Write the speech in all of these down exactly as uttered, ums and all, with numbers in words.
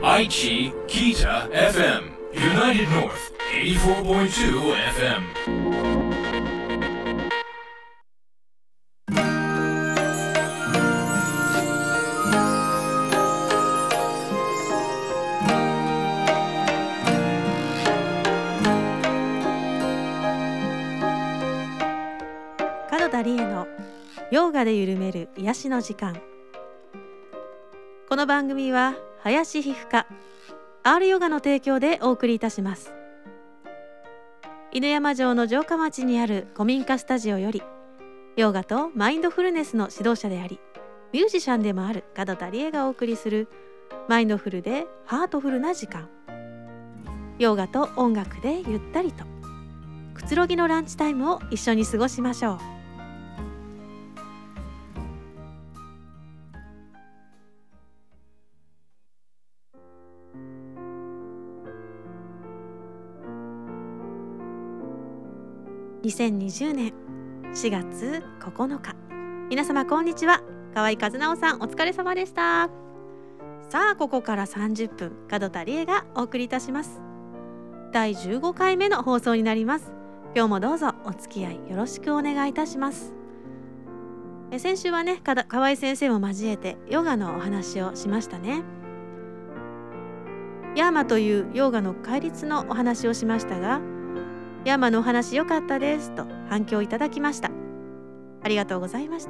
Aichi Kita エフエム United North エイティフォーポイントツー エフエム。 門田理恵のヨガで緩める癒しの時間。この番組は林皮膚科 R ヨガの提供でお送りいたします。犬山城の城下町にある古民家スタジオより、ヨガとマインドフルネスの指導者でありミュージシャンでもある門田理恵がお送りするマインドフルでハートフルな時間。ヨガと音楽でゆったりとくつろぎのランチタイムを一緒に過ごしましょう。にせんにじゅうねんしがつここのか、皆様こんにちは。河合和直さん、お疲れ様でした。さあ、ここからさんじゅっぷん、門田理恵がお送りいたします。だいじゅうごかいめの放送になります。今日もどうぞお付き合いよろしくお願いいたします。え先週はね、河合先生も交えてヨガのお話をしましたね。ヤーマというヨガの戒律のお話をしましたが、ヤーマのお話良かったですと反響いただきました。ありがとうございました。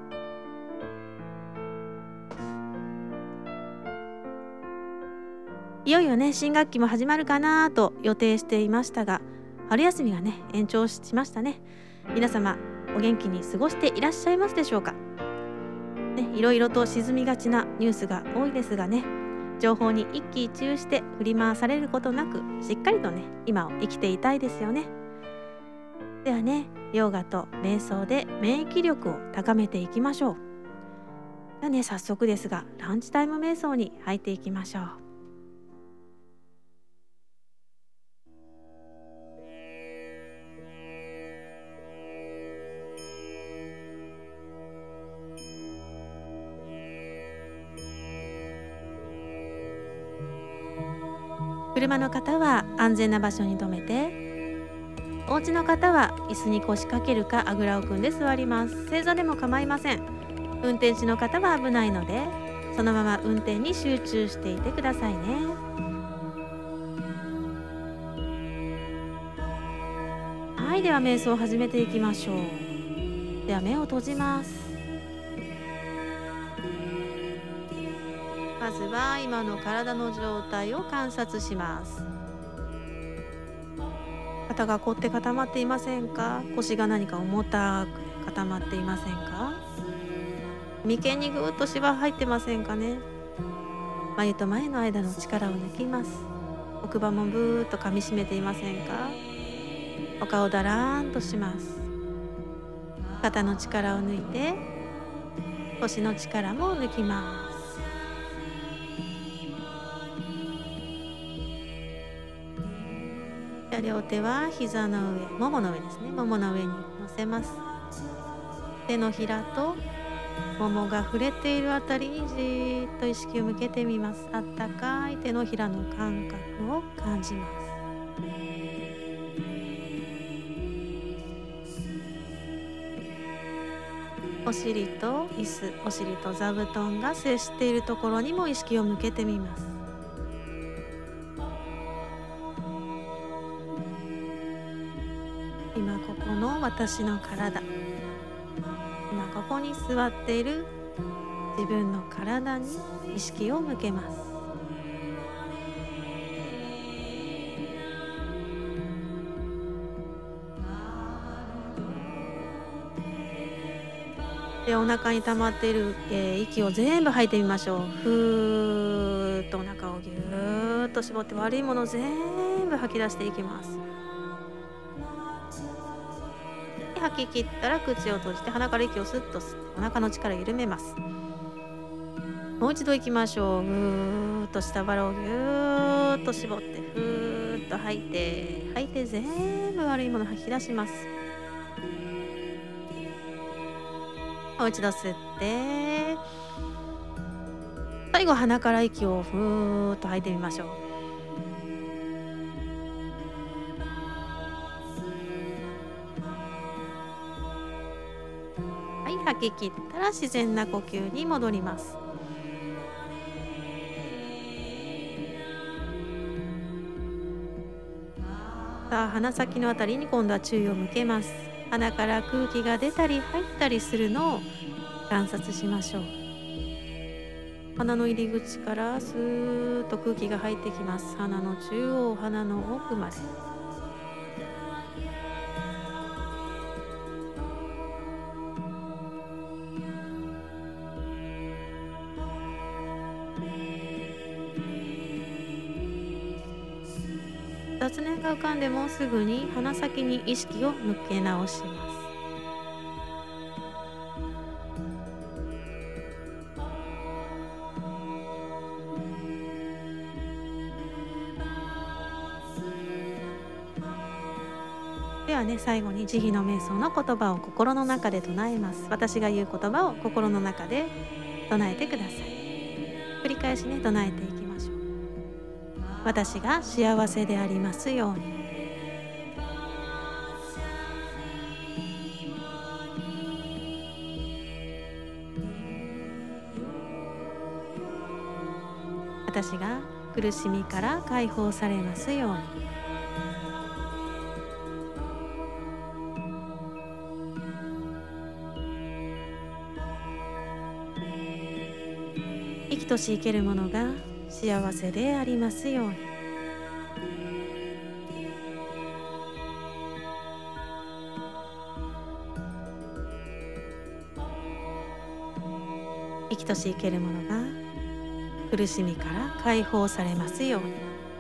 いよいよね、新学期も始まるかなと予定していましたが、春休みがね延長しましたね。皆様お元気に過ごしていらっしゃいますでしょうか、ね、いろいろと沈みがちなニュースが多いですがね、情報に一喜一憂して振り回されることなく、しっかりとね今を生きていたいですよね。ではね、ヨガと瞑想で免疫力を高めていきましょう。ではね、早速ですがランチタイム瞑想に入っていきましょう。車の方は安全な場所に停めて、お家の方は椅子に腰掛けるかあぐらを組んで座ります。正座でも構いません。運転手の方は危ないので、そのまま運転に集中していてくださいね。はい、では瞑想を始めていきましょう。では目を閉じます。まずは今の体の状態を観察します。肩が凝って固まっていませんか？腰が何か重たく固まっていませんか？眉間にぐーっとシワ入ってませんかね？眉と眉の間の力を抜きます。奥歯もブーっと噛みしめていませんか？お顔だらーんとします。肩の力を抜いて腰の力も抜きます。両手は膝の上、ももの上ですね。ももの上に乗せます。手のひらとももが触れているあたりにじーっと意識を向けてみます。あったかい手のひらの感覚を感じます。お尻と椅子、お尻と座布団が接しているところにも意識を向けてみます。今ここの私の体、今ここに座っている自分の体に意識を向けます。で、お腹に溜まっている、えー、息を全部吐いてみましょう。ふーっとお腹をぎゅーっと絞って、悪いものを全部吐き出していきます。吐き切ったら口を閉じて、鼻から息をスッと吸ってお腹の力を緩めます。もう一度いきましょう。ぐーっと下腹をぎゅーっと絞って、ふーっと吐いて吐いて全部悪いものを吐き出します。もう一度吸って最後鼻から息をふーっと吐いてみましょう。はい、吐き切ったら自然な呼吸に戻ります。さあ、鼻先のあたりに今度は注意を向けます。鼻から空気が出たり入ったりするのを観察しましょう。鼻の入り口からスーッと空気が入ってきます。鼻の中央、鼻の奥まで。雑念が浮かんでもすぐに鼻先に意識を向け直します。ではね、最後に慈悲の瞑想の言葉を心の中で唱えます。私が言う言葉を心の中で唱えてください。繰り返しね、唱えていきましょう。私が幸せでありますように。私が苦しみから解放されますように。生きとし生けるものが幸せでありますように。生きとし生けるものが苦しみから解放されますように。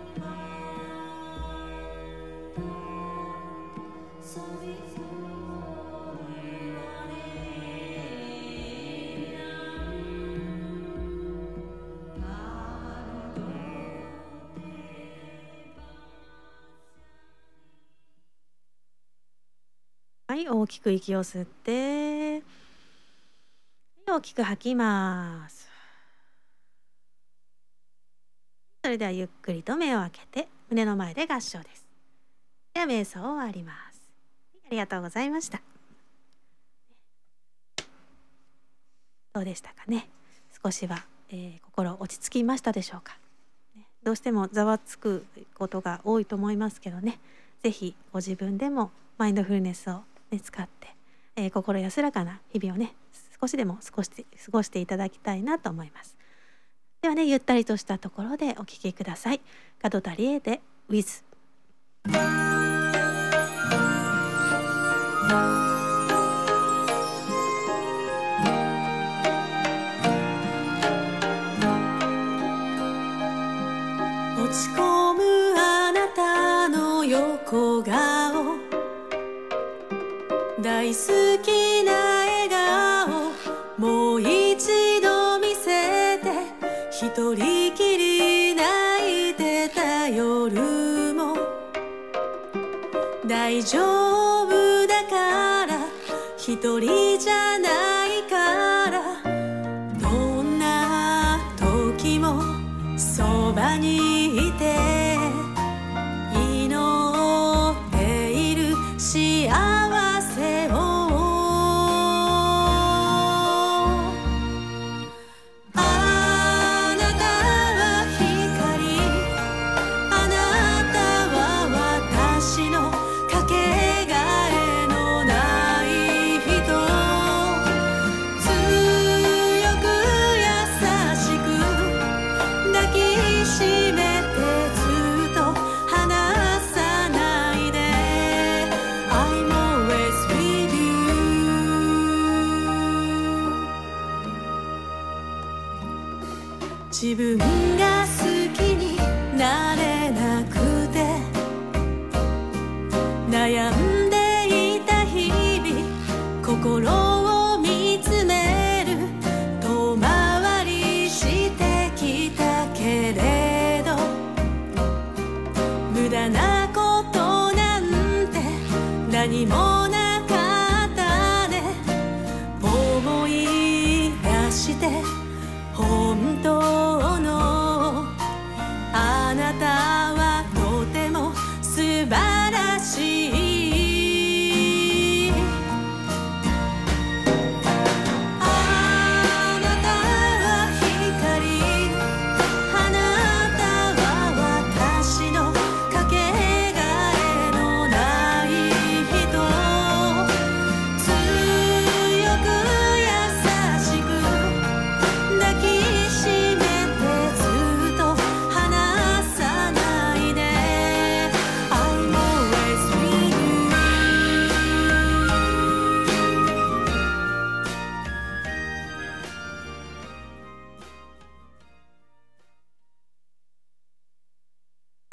はい、大きく息を吸って大きく吐きます。それではゆっくりと目を開けて胸の前で合掌です。では瞑想を終わります。ありがとうございました。どうでしたかね。少しは、えー、心落ち着きましたでしょうか。どうしてもざわつくことが多いと思いますけどね、ぜひご自分でもマインドフルネスを、ね、使って、えー、心安らかな日々をね少しでも少し過ごしていただきたいなと思います。ではね、ゆったりとしたところでお聞きください。門田理恵で With。 落ち込むあなたの横顔、大好きな笑顔、もう一度見せて。一人きり泣いてた夜も大丈夫だから、一人じゃないから、どんな時もそばにいて祈っている幸せを。自分が好きになれなくて悩んでいた日々、心を見つめる遠回りしてきたけれど、無駄なことなんて何もなかったね。思い出して本当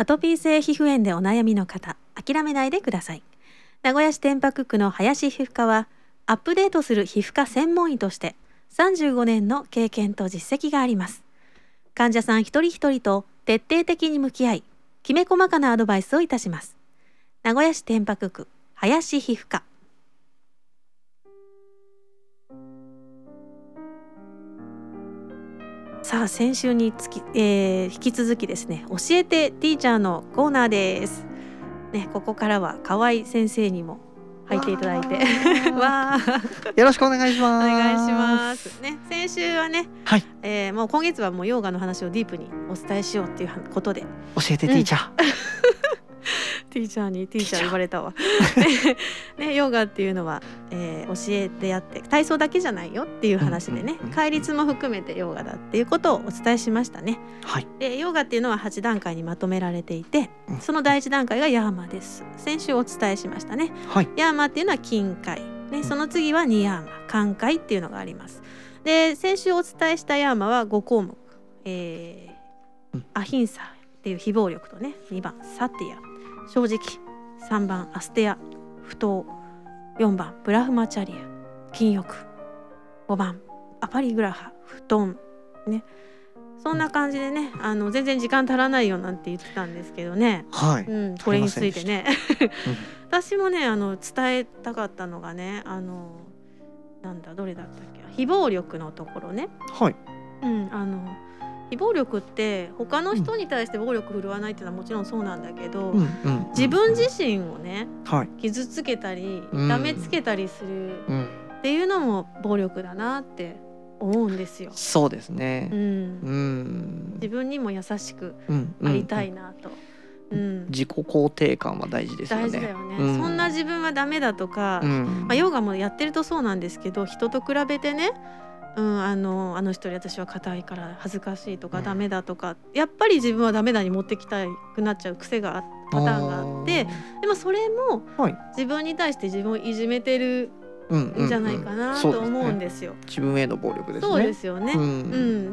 アトピー性皮膚炎でお悩みの方、諦めないでください。名古屋市天白区の林皮膚科は、アップデートする皮膚科専門医としてさんじゅうごねんの経験と実績があります。患者さん一人一人と徹底的に向き合い、きめ細かなアドバイスをいたします。名古屋市天白区林皮膚科。さあ、先週につき、えー、引き続きですね、教えてティーチャーのコーナーです、ね、ここからは河合先生にも入っていただいてわーよろしくお願いします。 お願いします、ね、先週はね、 はい、 えー、もう今月はもうヨーガの話をディープにお伝えしようっていうことで、教えてティーチャー、うん、 ティーチャーにティーチャー言われたわね、ヨガっていうのは、えー、教えてやって体操だけじゃないよっていう話でね、うんうんうん、戒律も含めてヨガだっていうことをお伝えしましたね、はい、でヨガっていうのははちだんかいにまとめられていて、うん、そのだいいち段階がヤーマです。先週お伝えしましたね、はい、ヤーマっていうのは金界、ね、その次はニヤーマ、カ界っていうのがあります。で先週お伝えしたヤーマはごこうもく、えーうん、アヒンサっていう非暴力とね、にばんサティア、正直、さんばんアステア、不当、よんばんブラフマチャリア、禁欲、ごばんアパリグラハ、布団ね、そんな感じでね、あの全然時間足らないよなんて言ってたんですけどね、はい、うん、これについてね私もね、あの伝えたかったのがね、あのなんだどれだったっけ、非暴力のところね、はい、うん、あの非暴力って他の人に対して暴力振るわないっていうのはもちろんそうなんだけど、うんうんうん、自分自身をね、はい、傷つけたり痛めつけたりするっていうのも暴力だなって思うんですよ。 そうですね、うんうん、 自分にも優しくありたいなと、 うんうんうん、自己肯定感は大事ですよね。 大事だよね、うん、そんな自分はダメだとか、うんまあ、ヨガもやってるとそうなんですけど、人と比べてね、うん、あの、あの人より私は硬いから恥ずかしいとか、うん、ダメだとか、やっぱり自分はダメだに持ってきたくなっちゃう癖がパターンがあって、でもそれも自分に対して自分をいじめてるんじゃないかなと思うんですよ、 うんうんうん、自分への暴力ですね。 そうですよね、うんうん、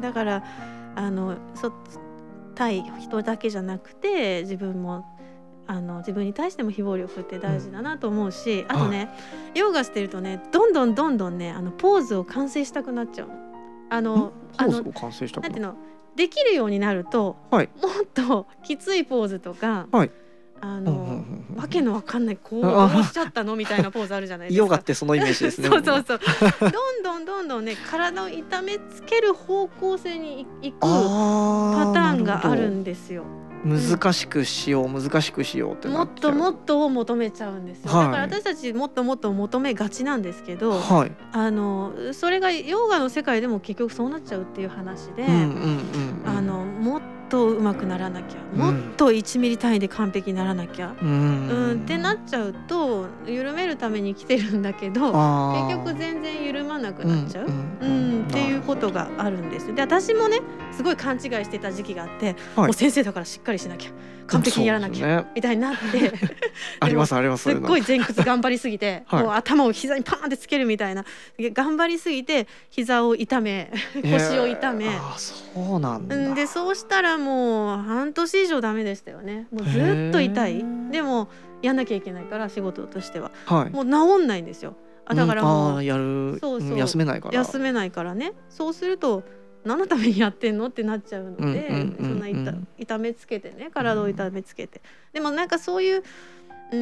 だからあのそ対人だけじゃなくて自分もあの自分に対しても非暴力って大事だなと思うし、うん、あとね、ヨガしてるとね、どんどんどんどんね、あのポーズを完成したくなっちゃうの。あのポーズを完成したくなる、 なんていうの、できるようになると、はい、もっときついポーズとか、はい、あの、うんうんうんうん、わけのわかんないこうどうしちゃったのみたいなポーズあるじゃないですか。 ヨガってそのイメージですねそうそうそうどんどんどんどんね、体を痛めつける方向性に行くパターンがあるんですよ。 難しくしよう、うん、難しくしようってなっちゃう。 もっともっとを求めちゃうんですよ、はい、だから私たちもっともっと求めがちなんですけど、はい、あのそれがヨガの世界でも結局そうなっちゃうっていう話で、うんうんうんうん、あのもっと上手くならなきゃ、もっといちミリ単位で完璧にならなきゃ、うん、うんってなっちゃうと、緩めるために来てるんだけど結局全然緩まなくなっちゃう、うんうんうん、っていうことがあるんです。で、私もねすごい勘違いしてた時期があって、はい、もう先生だからしっかりしなきゃ、完璧にやらなきゃ、ね、みたいになってありますあります。 すっごい前屈頑張りすぎて、はい、もう頭を膝にパーンってつけるみたいな、頑張りすぎて膝を痛め腰を痛め、 あ、そうなんだ。 でそうしたらもう半年以上ダメでしたよね。もうずっと痛い。でもやんなきゃいけないから仕事としては、はい、もう治んないんですよ。あ、だからもう、うん、あ、 やる、そうそう、休めないから休めないからね。そうすると何のためにやってんのってなっちゃうので、うんうんうんうん、そんな痛、痛めつけてね、体を痛めつけて、でもなんかそういう、うん、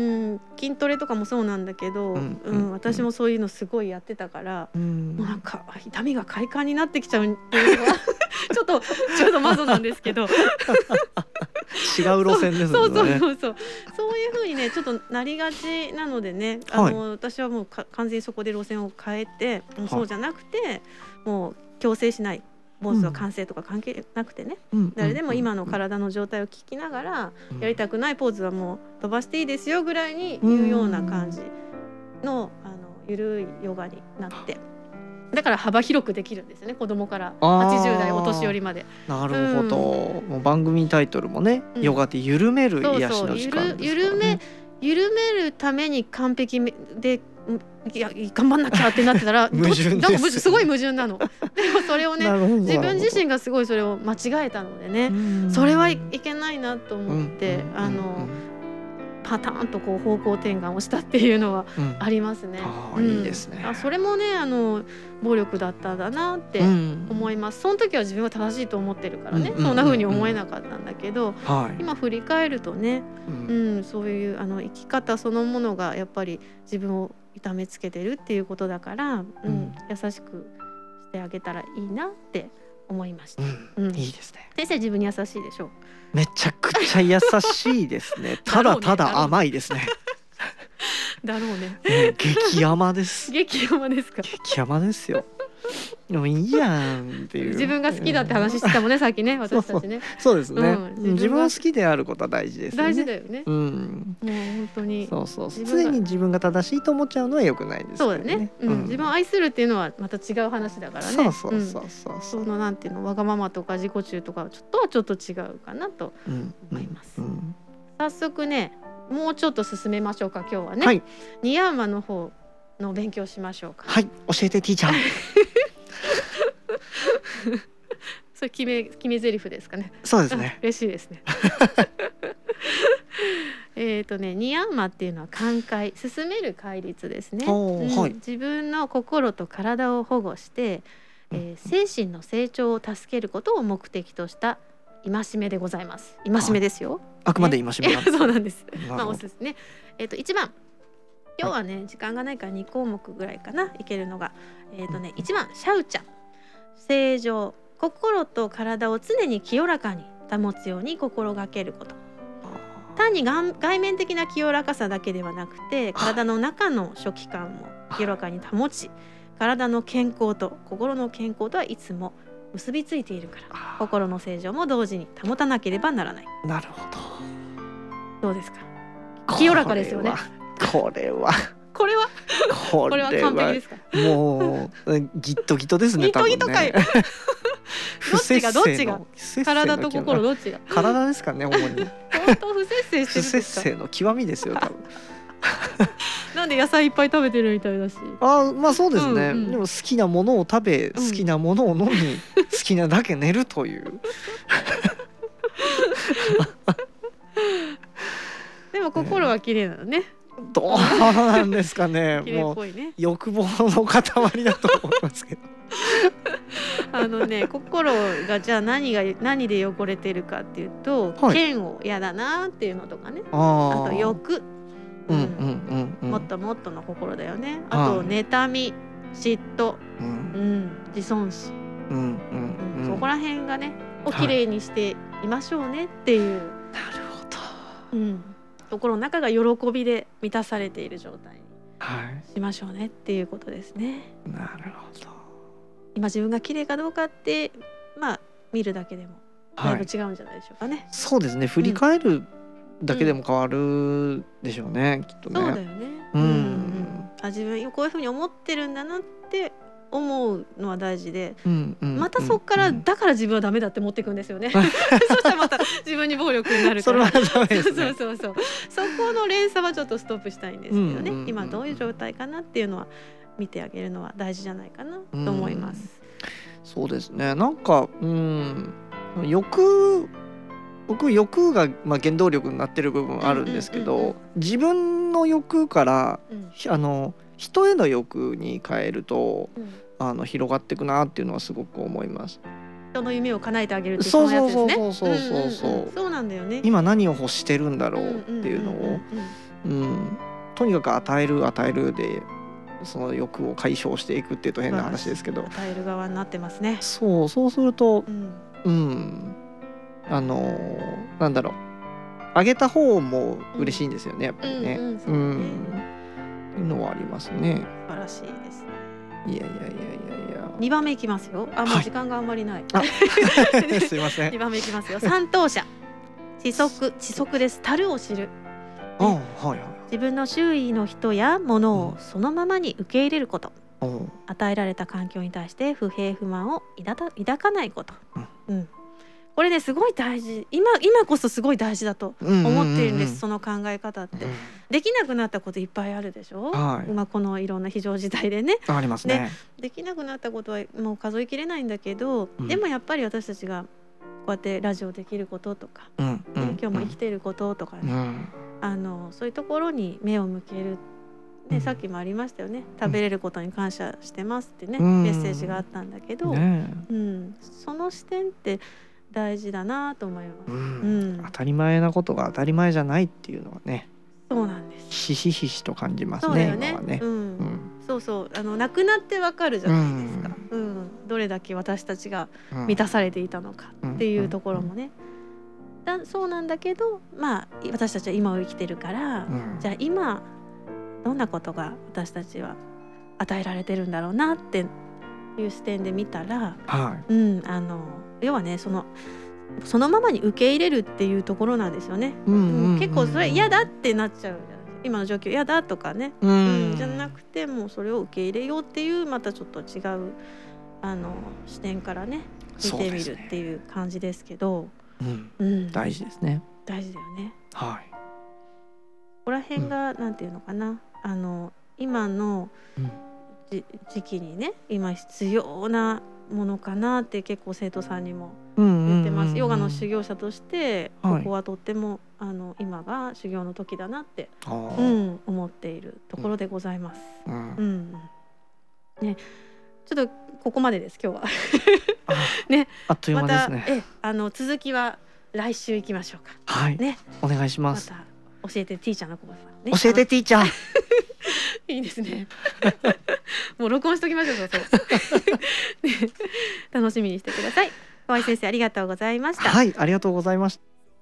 筋トレとかもそうなんだけど、うんうんうん、私もそういうのすごいやってたから、うん、もうなんか痛みが快感になってきちゃうっていうのはちょっとちょっとマゾなんですけど違う路線ですね。 そうそうそうそうそういう風にねちょっとなりがちなのでね、あの、はい、私はもう完全にそこで路線を変えて、もうそうじゃなくて、はい、もう強制しない、ポーズは完成とか関係なくてね、うん、誰でも今の体の状態を聞きながら、うん、やりたくないポーズはもう飛ばしていいですよぐらいに言うような感じの、あのゆるいヨガになって、だから幅広くできるんですよね、子供からはちじゅう代お年寄りまで。 なるほど、うん、もう番組タイトルもね、うん、ヨガって緩める癒しの時間ですからね。 そうそう、ゆる、緩め、緩めるために完璧でいや頑張んなきゃってなってたら矛盾ですなんか矛盾すごい矛盾なの。でもそれをね自分自身がすごいそれを間違えたのでね、それはいけないなと思って、うん、あの、うんパターンとこう方向転換をしたっていうのはありますね。 うん、あいいですね。 あそれもねあの暴力だったんだなって思います。その時は自分は正しいと思ってるからね、うん、そんな風に思えなかったんだけど、はい、今振り返るとね、うんうん、そういうあの生き方そのものがやっぱり自分を痛めつけてるっていうことだから、うんうん、優しくしてあげたらいいなって思いました。 うんうん、いいですね。 先生自分に優しいでしょ？ めちゃくちゃ優しいですね。ただただ甘いですね。 だろうね。 ね激甘です。 激甘ですか？ 激甘ですよ。でもいいやんっていう。 自分が好きだって話してたもんね、さっきね、私たちね。 そうですね、うん自。自分を好きであることは大事ですね。 大事だよね。 うん。 もう本当に。 そうそうそう。常に自分が正しいと思っちゃうのは良くないです、ね。 そうだね、うんうん。自分を愛するっていうのはまた違う話だからね。 そうそうそうそう。うん、 そのなんていうのわがままとか自己中とかちょっとはちょっと違うかなと思います。うんうんうん、早速ね、もうちょっと進めましょうか今日はね。はい、ニヤーマの方の勉強しましょうか。 はい、教えてティーチャー。 それ決め決め台詞ですかね。 そうですね。 嬉しいですね。えっとね、ニヤーマっていうのは寛解、進める戒律ですね、うんはい、自分の心と体を保護して、えー、精神の成長を助けることを目的とした戒めでございます。戒めですよ。 あくまで戒めなんです、ね、 そうなんです。まあおすすめね。えっといちばん、今日はね、はい、時間がないからに項目ぐらいかないけるのが、えっとねいちばんシャウチャ、正常、心と体を常に清らかに保つように心がけること。単に外面的な清らかさだけではなくて、体の中の初期感も清らかに保ち、体の健康と心の健康とはいつも結びついているから、心の正常も同時に保たなければならない。 なるほど。どうですか？清らかですよね。 これはこれはこれは完璧ですか？ もうギットギトですね。 ギトギトかい。どっちがどっちが体と心どっちが？ 体ですかね、主に。 本当不節制してるんですか？ 不節制の極みですよ多分。 なんで野菜いっぱい食べてるみたいだし。 あ、まあそうですね、うんうん、でも好きなものを食べ、好きなものを飲み、うん、好きなだけ寝るという。 でも心は綺麗なのね。 どうなんですかね。 綺麗っぽいね。 もう欲望の塊だと思いますけど。 あのね、心がじゃあ何が何で汚れてるかっていうと、はい、嫌悪嫌だなっていうのとかね。あ, あと欲、うんうんうんうん、もっともっとの心だよね。あと妬み、嫉妬、うんうん、自尊心、うんうんうん、そこら辺がねをきれいにしていましょうねっていう。はい、なるほど。 うん、心の中が喜びで満たされている状態にしましょうねっていうことですね。 なるほど。 今自分が綺麗かどうかってまあ見るだけでもだいぶ違うんじゃないでしょうかね。はい、 そうですね。振り返るだけでも変わるでしょうね、うん、きっとね。 そうだよね。うん、うん、あ自分こういうふうに思ってるんだなって思うのは大事で、うんうん、またそこから、うん、だから自分はダメだって持っていくんですよね。そしたらまた自分に暴力になるから。 それはダメですね。 そうそうそうそう。そこの連鎖はちょっとストップしたいんですけどね。うんうんうん、今どういう状態かなっていうのは見てあげるのは大事じゃないかなと思います。 うんそうですね。なんかうん欲僕欲がまあ原動力になってる部分あるんですけど、うんうんうんうん、自分の欲から、うん、あの人への欲に変えると、うん、あの広がっていくなっていうのはすごく思います。 人の夢を叶えてあげるっていうそのやつですね。 そうそうそうそうそうそう、 うんうんうん、そうなんだよね。 今何を欲してるんだろうっていうのを、うん、とにかく与える与えるでその欲を解消していくっていうと変な話ですけど、 与える側になってますね。 そうそうすると、うん、うん、あのー、なんだろう、あげた方も嬉しいんですよね、やっぱりね。うん、うん、そうね、うん、っていうのはありますね。 素晴らしいですね。 いやいやいやいやいや。 にばんめいきますよ。あ、もう時間があんまりない。 はい、すいません。 にばんめいきますよ。三等者。知足、知足です。足を知る。 あ、はいはい。 自分の周囲の人や物をそのままに受け入れること、うん、与えられた環境に対して不平不満を抱かないこと、うんうん、 これねすごい大事、今今こそすごい大事だと思っているんです、うんうんうんうん、その考え方って、うん、できなくなったこといっぱいあるでしょ、はい、まあ、このいろんな非常事態でねありますね。 で、できなくなったことはもう数えきれないんだけど、うん、でもやっぱり私たちがこうやってラジオできることとか、うんうんうん、今日も生きていることとかね、うん、あのそういうところに目を向ける、ね、うん、さっきもありましたよね、食べれることに感謝してますってね、うん、メッセージがあったんだけど、ね、うん、その視点って大事だなと思います、うんうん、当たり前なことが当たり前じゃないっていうのはね、 そうなんです、 ひしひしと感じますね。 そうだよね、 今はね、 うんうん、そうそう、あの亡くなってわかるじゃないですか、うんうん、どれだけ私たちが満たされていたのかっていうところもね、だそうなんだけど、まあ私たちは今を生きてるから、うん、じゃあ今どんなことが私たちは与えられてるんだろうなっていう視点で見たら、はい、うん、あの要はね、そのそのままに受け入れるっていうところなんですよね、うんうんうんうん、結構それ嫌だってなっちゃうじゃないですか、今の状況嫌だとかね、うんうん、じゃなくてもうそれを受け入れようっていうまたちょっと違うあの視点からね見てみるっていう感じですけど、 うんうん、大事ですね。 大事だよね。 はい。 ここら辺が、うん、なんていうのかな、あの今の、うん時期にね今必要なものかなって結構生徒さんにも言ってます、うんうんうんうん、ヨガの修行者としてここはとっても、はい、あの今が修行の時だなって、うん、思っているところでございます、うんうんね、ちょっとここまでです今日はね、 あっという間ですね。 またえあの続きは来週行きましょうか。 はい、ね、お願いします。 また教えてティーチャーの子さん、ね、 教えてティーチャーいいですねもう録音しときましょうそう、ね、楽しみにしてください。河合先生ありがとうございました。 はい、ありがとうございました。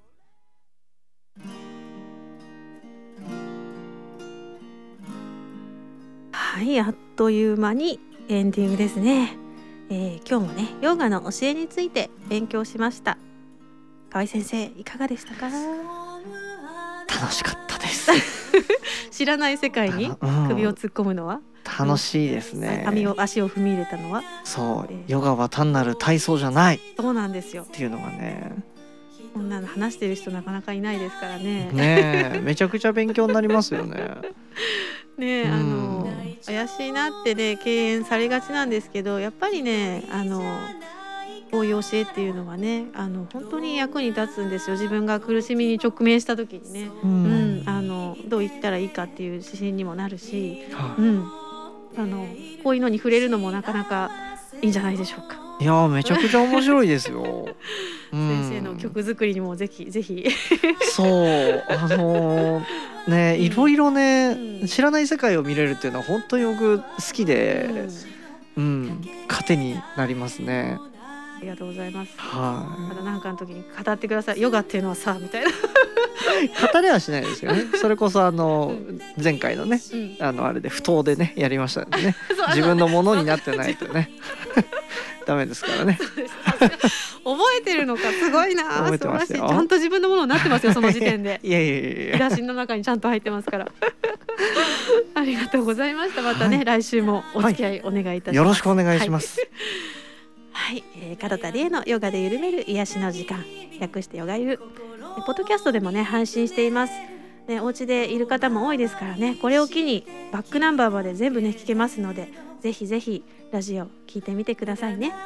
はい、あっという間にエンディングですね、えー、今日もねヨガの教えについて勉強しました。河合先生いかがでしたか？ 楽しかったです知らない世界に首を突っ込むのは、 うん、楽しいですね。 網を足を踏み入れたのはそう、えー、ヨガは単なる体操じゃない、 そうなんですよっていうのがね、 こんなの話してる人なかなかいないですからね。 ねえめちゃくちゃ勉強になりますよねねえ、うん、あの怪しいなってね敬遠されがちなんですけど、やっぱりねあのこういう教えっていうのはねあの本当に役に立つんですよ。自分が苦しみに直面した時にね、うんうん、あのどう言ったらいいかっていう指針にもなるし、うん、あのこういうのに触れるのもなかなかいいんじゃないでしょうか。 いやめちゃくちゃ面白いですよ先生の曲作りにもぜひぜひそうあのー、ねいろいろね、うん、知らない世界を見れるっていうのは本当に僕好きで、うん、うん、糧になりますね。 ありがとうございます。 はい、 また何かの時に語ってください。ヨガっていうのはさみたいな語れはしないですよね。それこそあの前回のね、うん、あのあれで不当でねやりましたんでね自分のものになってないとねダメですからね覚えてるのかすごいな、 覚えてますよ。 素晴らしい。ちゃんと自分のものになってますよその時点でいやいやいや引き出しの中にちゃんと入ってますからありがとうございました。またね、はい、来週もお付き合いお願いいたします、はい、 よろしくお願いします。 はいはい、えー、門田理恵のヨガで緩める癒しの時間、略してヨガゆる、ポッドキャストでもね配信しています、ね、お家でいる方も多いですからね、これを機にバックナンバーまで全部ね聞けますので、ぜひぜひラジオ聞いてみてくださいね。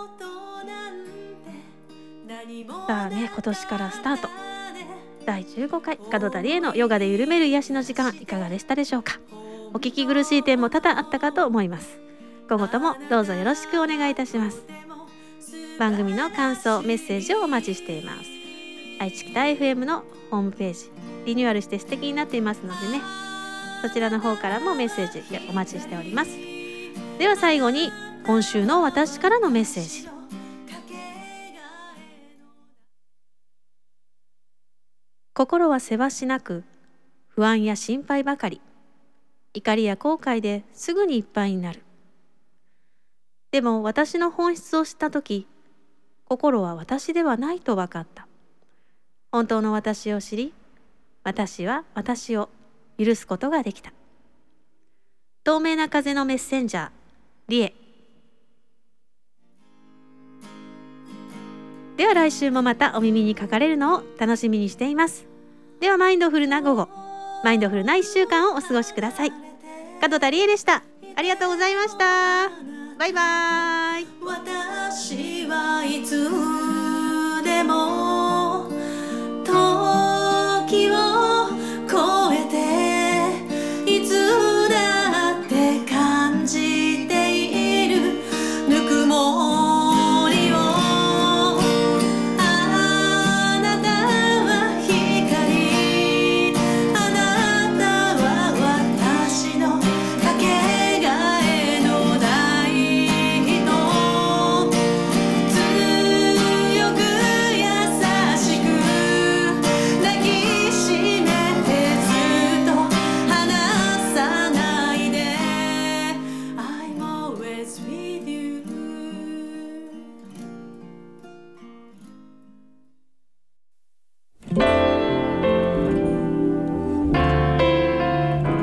さあね、今年からスタートだいじゅうごかい門田理恵のヨガで緩める癒しの時間、いかがでしたでしょうか。お聞き苦しい点も多々あったかと思います。今後ともどうぞよろしくお願いいたします。番組の感想メッセージをお待ちしています。愛知北 エフエム のホームページリニューアルして素敵になっていますのでね、そちらの方からもメッセージお待ちしております。では最後に今週の私からのメッセージ。心はせわしなく、不安や心配ばかり、怒りや後悔ですぐにいっぱいになる。でも私の本質を知ったとき、心は私ではないと分かった。本当の私を知り、私は私を許すことができた。透明な風のメッセンジャー、リエ。 では来週もまたお耳にかかれるのを楽しみにしています。ではマインドフルな午後、マインドフルないっしゅうかんをお過ごしください。門田理恵でした。ありがとうございました。バイバイ。 私はいつでも時を越えていつだって感じているぬくもりを、あなたは光、あなたは私のかけがえのない人、強く優しく抱きしめてずっと離さないで I'm always with you。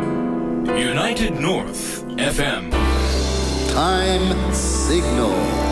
United North エフエム Time signal.